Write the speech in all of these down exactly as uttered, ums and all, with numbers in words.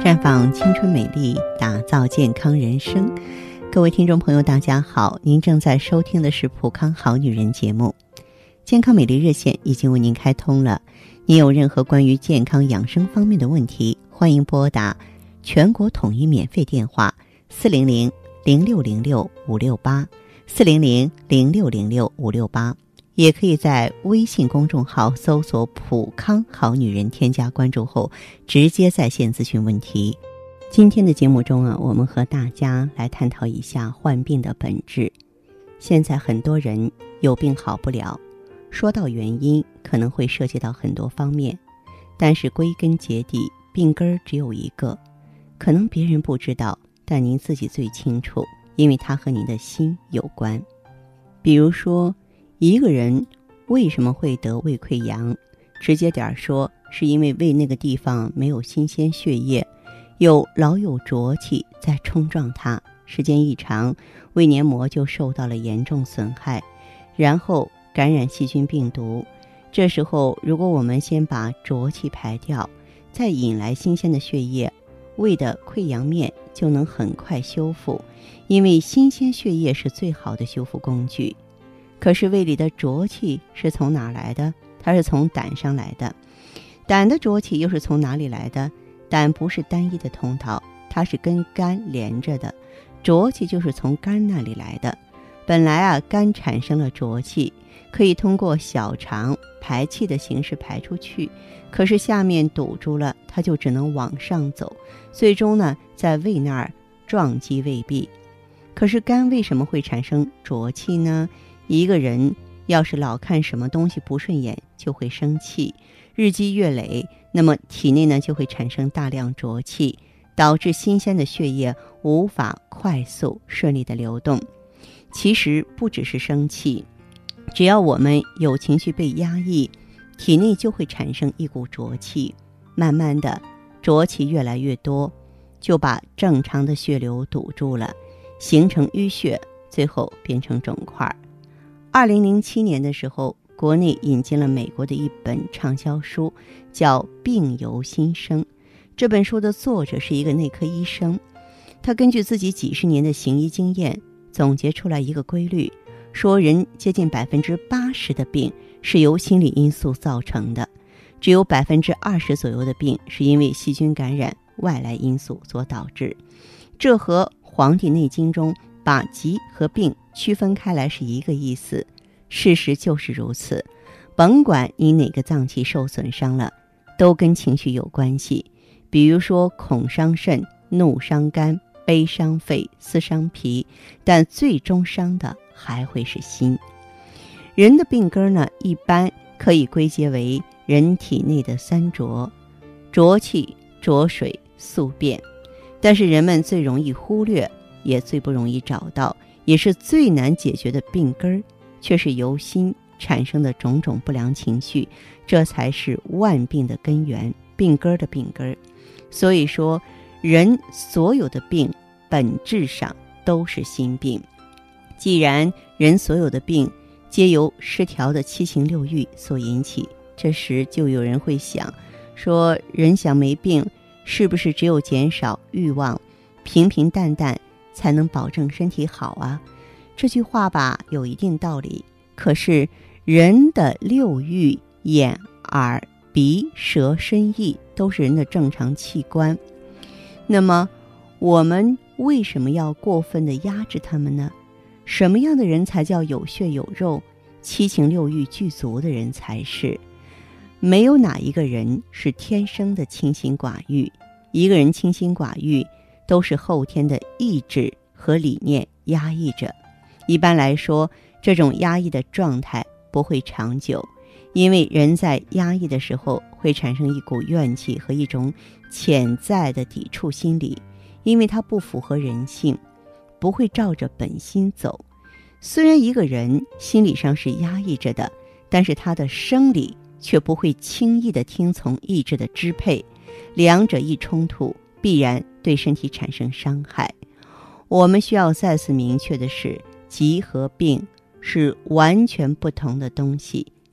绽放青春美丽，打造健康人生。各位听众朋友大家好，您正在收听的是普康好女人节目。健康美丽热线已经为您开通了，您有任何关于健康养生方面的问题，欢迎拨打全国统一免费电话四零零零六零六五六八四零零零六零六五六八，也可以在微信公众号搜索普康好女人，添加关注后直接在线咨询问题。今天的节目中啊，我们和大家来探讨一下患病的本质。现在很多人有病好不了，说到原因可能会涉及到很多方面，但是归根结底病根儿只有一个，可能别人不知道，但您自己最清楚，因为它和您的心有关。比如说一个人为什么会得胃溃疡，直接点说是因为胃那个地方没有新鲜血液，有老有浊气在冲撞它，时间一长，胃黏膜就受到了严重损害，然后感染细菌病毒。这时候如果我们先把浊气排掉，再引来新鲜的血液，胃的溃疡面就能很快修复，因为新鲜血液是最好的修复工具。可是胃里的浊气是从哪儿来的？它是从胆上来的。胆的浊气又是从哪里来的？胆不是单一的通道，它是跟肝连着的，浊气就是从肝那里来的。本来啊，肝产生了浊气，可以通过小肠排气的形式排出去，可是下面堵住了，它就只能往上走，最终呢，在胃那儿撞击胃壁。可是肝为什么会产生浊气呢？一个人要是老看什么东西不顺眼，就会生气，日积月累，那么体内呢就会产生大量浊气，导致新鲜的血液无法快速顺利的流动。其实不只是生气，只要我们有情绪被压抑，体内就会产生一股浊气，慢慢的浊气越来越多，就把正常的血流堵住了，形成淤血，最后变成肿块。二零零七年的时候，国内引进了美国的一本畅销书，叫《病由心生》。这本书的作者是一个内科医生，他根据自己几十年的行医经验，总结出来一个规律，说人接近百分之八十的病是由心理因素造成的，只有百分之二十左右的病是因为细菌感染外来因素所导致。这和《黄帝内经》中把疾和病区分开来是一个意思，事实就是如此。甭管你哪个脏器受损伤了，都跟情绪有关系。比如说恐伤肾、怒伤肝、悲伤肺、思伤脾，但最终伤的还会是心。人的病根呢，一般可以归结为人体内的三浊：浊气、浊水、宿便。但是人们最容易忽略，也最不容易找到，也是最难解决的病根，却是由心产生的种种不良情绪，这才是万病的根源，病根的病根。所以说，人所有的病本质上都是心病。既然人所有的病皆由失调的七情六欲所引起，这时就有人会想说，人想没病，是不是只有减少欲望，平平淡淡才能保证身体好啊？这句话吧，有一定道理，可是人的六欲，眼、耳、鼻、舌、身、意都是人的正常器官，那么我们为什么要过分的压制他们呢？什么样的人才叫有血有肉，七情六欲具足的人才是？没有哪一个人是天生的清心寡欲，一个人清心寡欲都是后天的意志和理念压抑着。一般来说，这种压抑的状态不会长久，因为人在压抑的时候会产生一股怨气和一种潜在的抵触心理，因为它不符合人性，不会照着本心走。虽然一个人心理上是压抑着的，但是他的生理却不会轻易地听从意志的支配，两者一冲突，必然对身体产生伤害。我们需要再次明确的是，疾和病是完全不同的东西，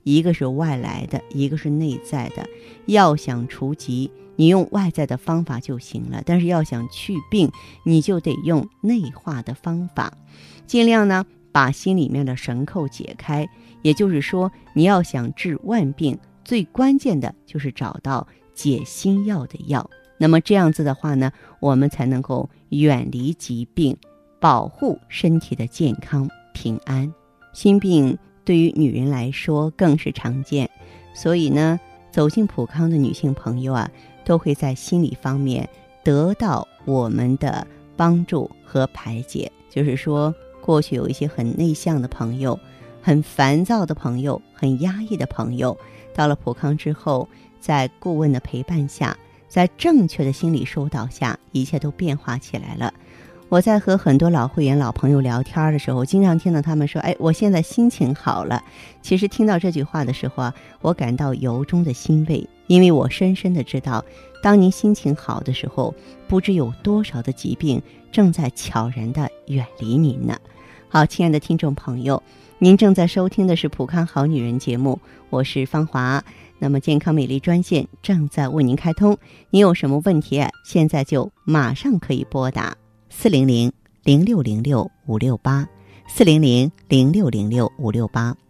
一个是外来的，一个是内在的。要想除疾，你用外在的方法就行了，但是要想去病，你就得用内化的方法，尽量呢把心里面的绳扣解开。也就是说，你要想治万病，最关键的就是找到解心药的药。那么这样子的话呢，我们才能够远离疾病，保护身体的健康平安。心病对于女人来说更是常见，所以呢，走进普康的女性朋友啊，都会在心理方面得到我们的帮助和排解。就是说，过去有一些很内向的朋友，很烦躁的朋友，很压抑的朋友，到了普康之后，在顾问的陪伴下，在正确的心理疏导下，一切都变化起来了。我在和很多老会员老朋友聊天的时候，经常听到他们说，哎，我现在心情好了。其实听到这句话的时候啊，我感到由衷的欣慰，因为我深深的知道，当您心情好的时候，不知有多少的疾病正在悄然的远离您呢。好，亲爱的听众朋友，您正在收听的是普康好女人节目，我是芳华。那么健康美丽专线正在为您开通，您有什么问题啊，现在就马上可以拨打四零零零六零六五六八，四零零零六零六五六八。